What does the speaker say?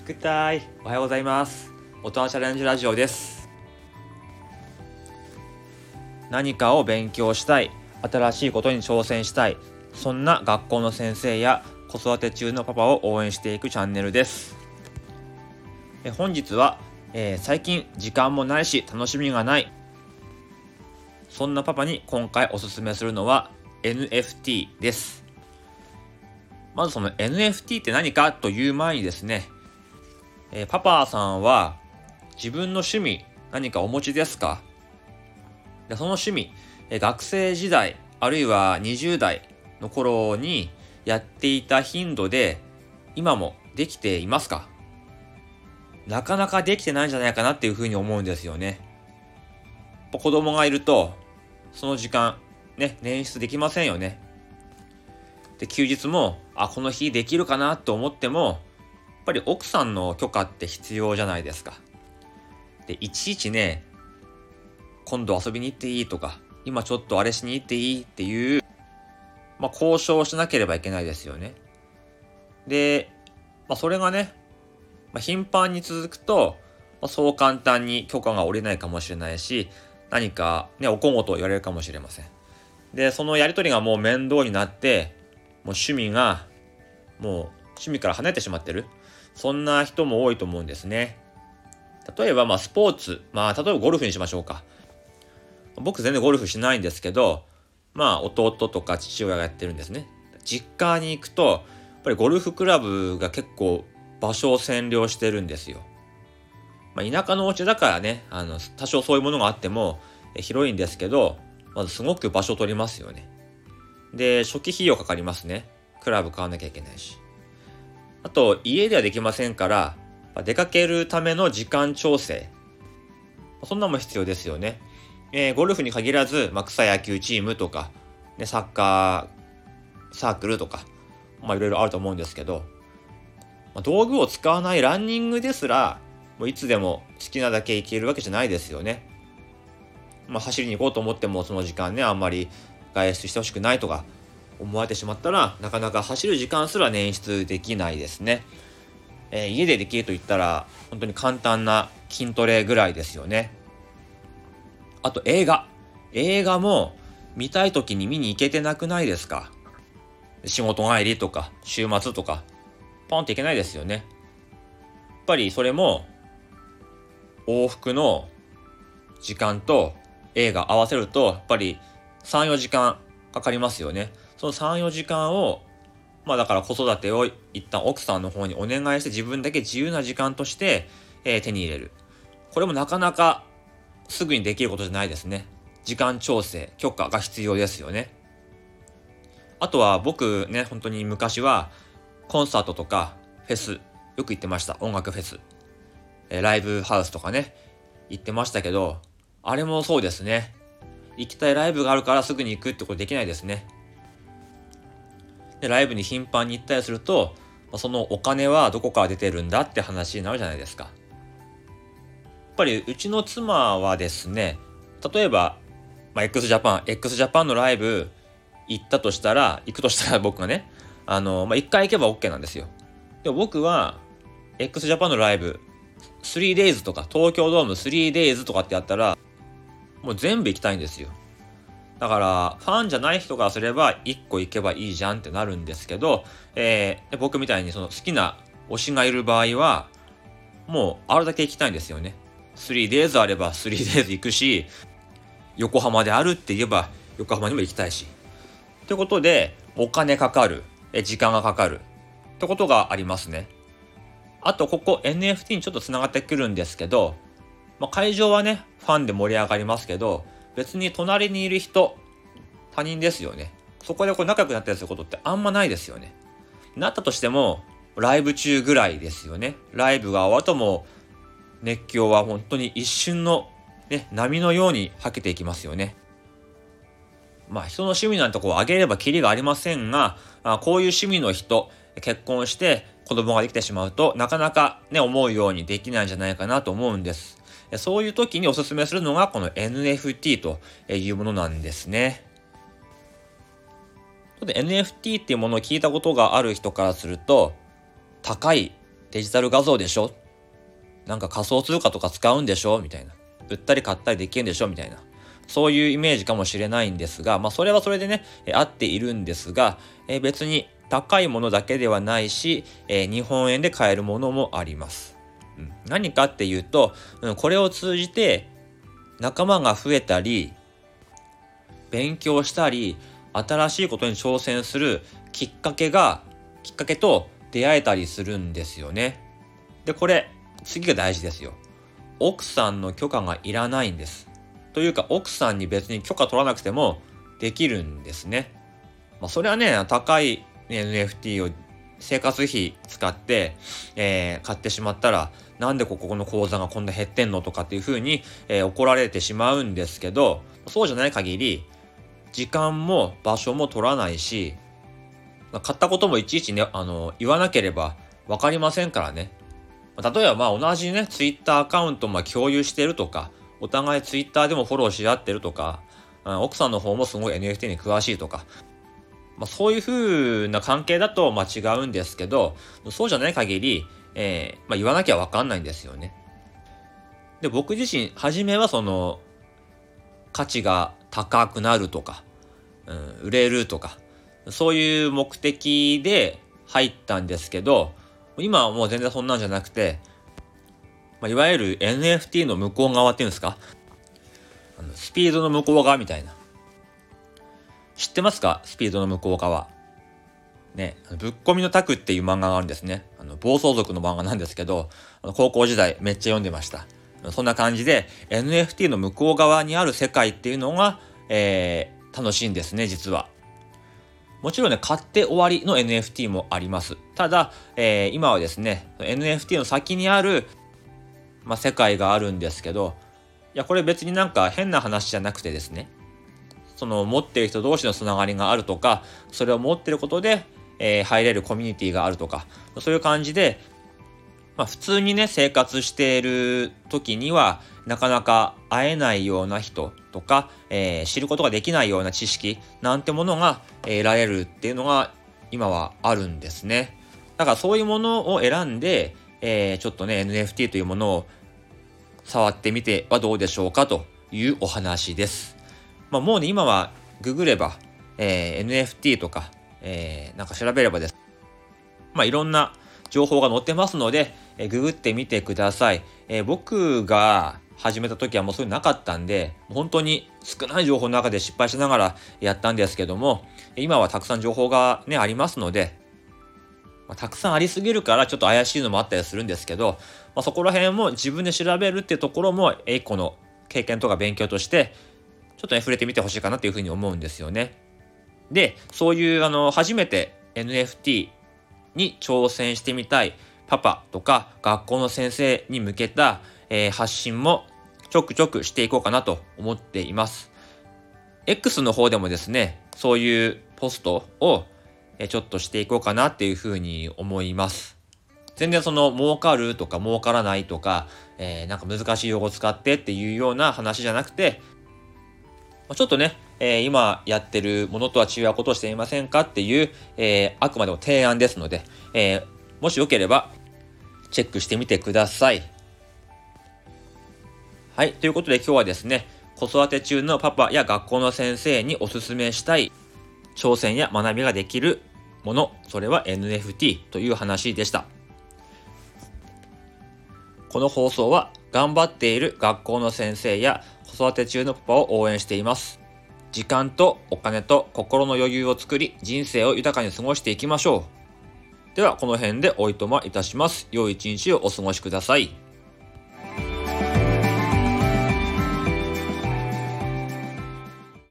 グッタイ、おはようございます。大人チャレンジラジオです。何かを勉強したい、新しいことに挑戦したい、そんな学校の先生や子育て中のパパを応援していくチャンネルです。本日は、最近時間もないし楽しみがない、そんなパパに今回おすすめするのは NFT です。まずその NFT って何かという前にですね、パパさんは自分の趣味何かお持ちですか？でその趣味、学生時代あるいは20代の頃にやっていた頻度で今もできていますか？なかなかできてないんじゃないかなっていうふうに思うんですよね。子供がいるとその時間ね捻出できませんよね。で休日もこの日できるかなと思ってもやっぱり奥さんの許可って必要じゃないですか。でいちいちね今度遊びに行っていいとか今ちょっとあれしに行っていいっていう、交渉しなければいけないですよね。で、それがね、頻繁に続くと、そう簡単に許可が下りないかもしれないし何かねお小言を言われるかもしれません。でそのやり取りがもう面倒になってもう趣味から離れてしまってる、そんな人も多いと思うんですね。例えばスポーツ、例えばゴルフにしましょうか。僕全然ゴルフしないんですけど、弟とか父親がやってるんですね。実家に行くとやっぱりゴルフクラブが結構場所を占領してるんですよ。田舎のお家だからね、多少そういうものがあっても広いんですけど、まずすごく場所を取りますよね。で初期費用かかりますね。クラブ買わなきゃいけないし、あと家ではできませんから出かけるための時間調整、そんなも必要ですよね。ゴルフに限らず、草野球チームとか、サッカーサークルとか、いろいろあると思うんですけど、道具を使わないランニングですらもういつでも好きなだけ行けるわけじゃないですよね。走りに行こうと思ってもその時間ねあんまり外出してほしくないとか思われてしまったらなかなか走る時間すら捻出できないですね。家でできると言ったら本当に簡単な筋トレぐらいですよね。あと映画も見たい時に見に行けてなくないですか？仕事帰りとか週末とかポンって行けないですよね。やっぱりそれも往復の時間と映画合わせるとやっぱり 3,4 時間かかりますよね。その 3,4 時間をだから子育てを一旦奥さんの方にお願いして自分だけ自由な時間として、手に入れる。これもなかなかすぐにできることじゃないですね。時間調整、許可が必要ですよね。あとは僕ね本当に昔はコンサートとかフェスよく行ってました。音楽フェス、ライブハウスとかね行ってましたけど、あれもそうですね。行きたいライブがあるからすぐに行くってことできないですね。でライブに頻繁に行ったりするとそのお金はどこから出てるんだって話になるじゃないですか。やっぱりうちの妻はですね、例えば、x ジャパンのライブ行くとしたら僕がね1回行けば OK なんですよ。でも僕は x ジャパンのライブ 3days とか東京ドーム 3days とかってやったらもう全部行きたいんですよ。だからファンじゃない人からすれば1個行けばいいじゃんってなるんですけど、僕みたいにその好きな推しがいる場合はもうあるだけ行きたいんですよね。3days あれば 3days 行くし、横浜であるって言えば横浜にも行きたいしってことでお金かかる、時間がかかるってことがありますね。あとここ NFT にちょっとつながってくるんですけど、会場はねファンで盛り上がりますけど別に隣にいる人他人ですよね。そこで仲良くなったりすることってあんまないですよね。なったとしてもライブ中ぐらいですよね。ライブが終わるともう熱狂は本当に一瞬の、波のようにはけていきますよね。人の趣味なんて上げればキリがありませんが、こういう趣味の人結婚して子供ができてしまうとなかなか思うようにできないんじゃないかなと思うんです。そういう時におすすめするのがこの NFT というものなんですね。NFT っていうものを聞いたことがある人からすると高いデジタル画像でしょ、なんか仮想通貨とか使うんでしょみたいな、売ったり買ったりできるんでしょみたいな、そういうイメージかもしれないんですが、それはそれでね、合っているんですが、別に高いものだけではないし、日本円で買えるものもあります。何かっていうと、これを通じて仲間が増えたり、勉強したり、新しいことに挑戦するきっかけと出会えたりするんですよね。で、これ、次が大事ですよ。奥さんの許可がいらないんです。というか、奥さんに別に許可取らなくてもできるんですね。それはね、高い NFT を生活費使って、買ってしまったら、なんでここの口座がこんな減ってんのとかっていう風に、怒られてしまうんですけど、そうじゃない限り、時間も場所も取らないし、買ったこともいちいちね、言わなければわかりませんからね。例えば同じね、ツイッターアカウント共有してるとか、お互いツイッターでもフォローし合ってるとか、奥さんの方もすごい NFT に詳しいとか、そういう風な関係だと違うんですけど、そうじゃない限り、言わなきゃわかんないんですよね。で、僕自身、初めはその、価値が高くなるとか、売れるとか、そういう目的で入ったんですけど、今はもう全然そんなんじゃなくて、いわゆる NFT の向こう側っていうんですか、スピードの向こう側みたいな。知ってますか？スピードの向こう側。ね、ぶっこみのタクっていう漫画があるんですね。暴走族の漫画なんですけど、高校時代めっちゃ読んでました。そんな感じで NFT の向こう側にある世界っていうのが、楽しいんですね、実は。もちろんね、買って終わりの NFT もあります。ただ、今はですね、NFT の先にある、世界があるんですけど、いや、これ別になんか変な話じゃなくてですね、その持っている人同士のつながりがあるとか、それを持っていることで、入れるコミュニティがあるとか、そういう感じで、普通にね、生活している時には、なかなか会えないような人とか、知ることができないような知識なんてものが得られるっていうのが今はあるんですね。だからそういうものを選んで、ちょっとね、NFT というものを触ってみてはどうでしょうかというお話です。もうね、今はググれば、NFT とか、なんか調べればです。いろんな情報が載ってますので、ググってみてください。僕が始めた時はもうそういうのなかったんで、本当に少ない情報の中で失敗しながらやったんですけども、今はたくさん情報がね、ありますので、たくさんありすぎるからちょっと怪しいのもあったりするんですけど、そこら辺も自分で調べるっていうところも、一個の経験とか勉強として、ちょっとね、触れてみてほしいかなっていうふうに思うんですよね。で、そういう初めて NFT に挑戦してみたいパパとか学校の先生に向けた、発信もちょくちょくしていこうかなと思っています。X の方でもですね、そういうポストをちょっとしていこうかなっていうふうに思います。全然儲かるとか儲からないとか、なんか難しい用語使ってっていうような話じゃなくて、ちょっとね、今やってるものとは違うことをしていませんかっていう、あくまでも提案ですので、もしよければチェックしてみてください。はい、ということで今日はですね、子育て中のパパや学校の先生におすすめしたい挑戦や学びができるもの、それは NFT という話でした。この放送は頑張っている学校の先生や子育て中のパパを応援しています。時間とお金と心の余裕を作り、人生を豊かに過ごしていきましょう。ではこの辺でおいとまいたします。良い一日をお過ごしください。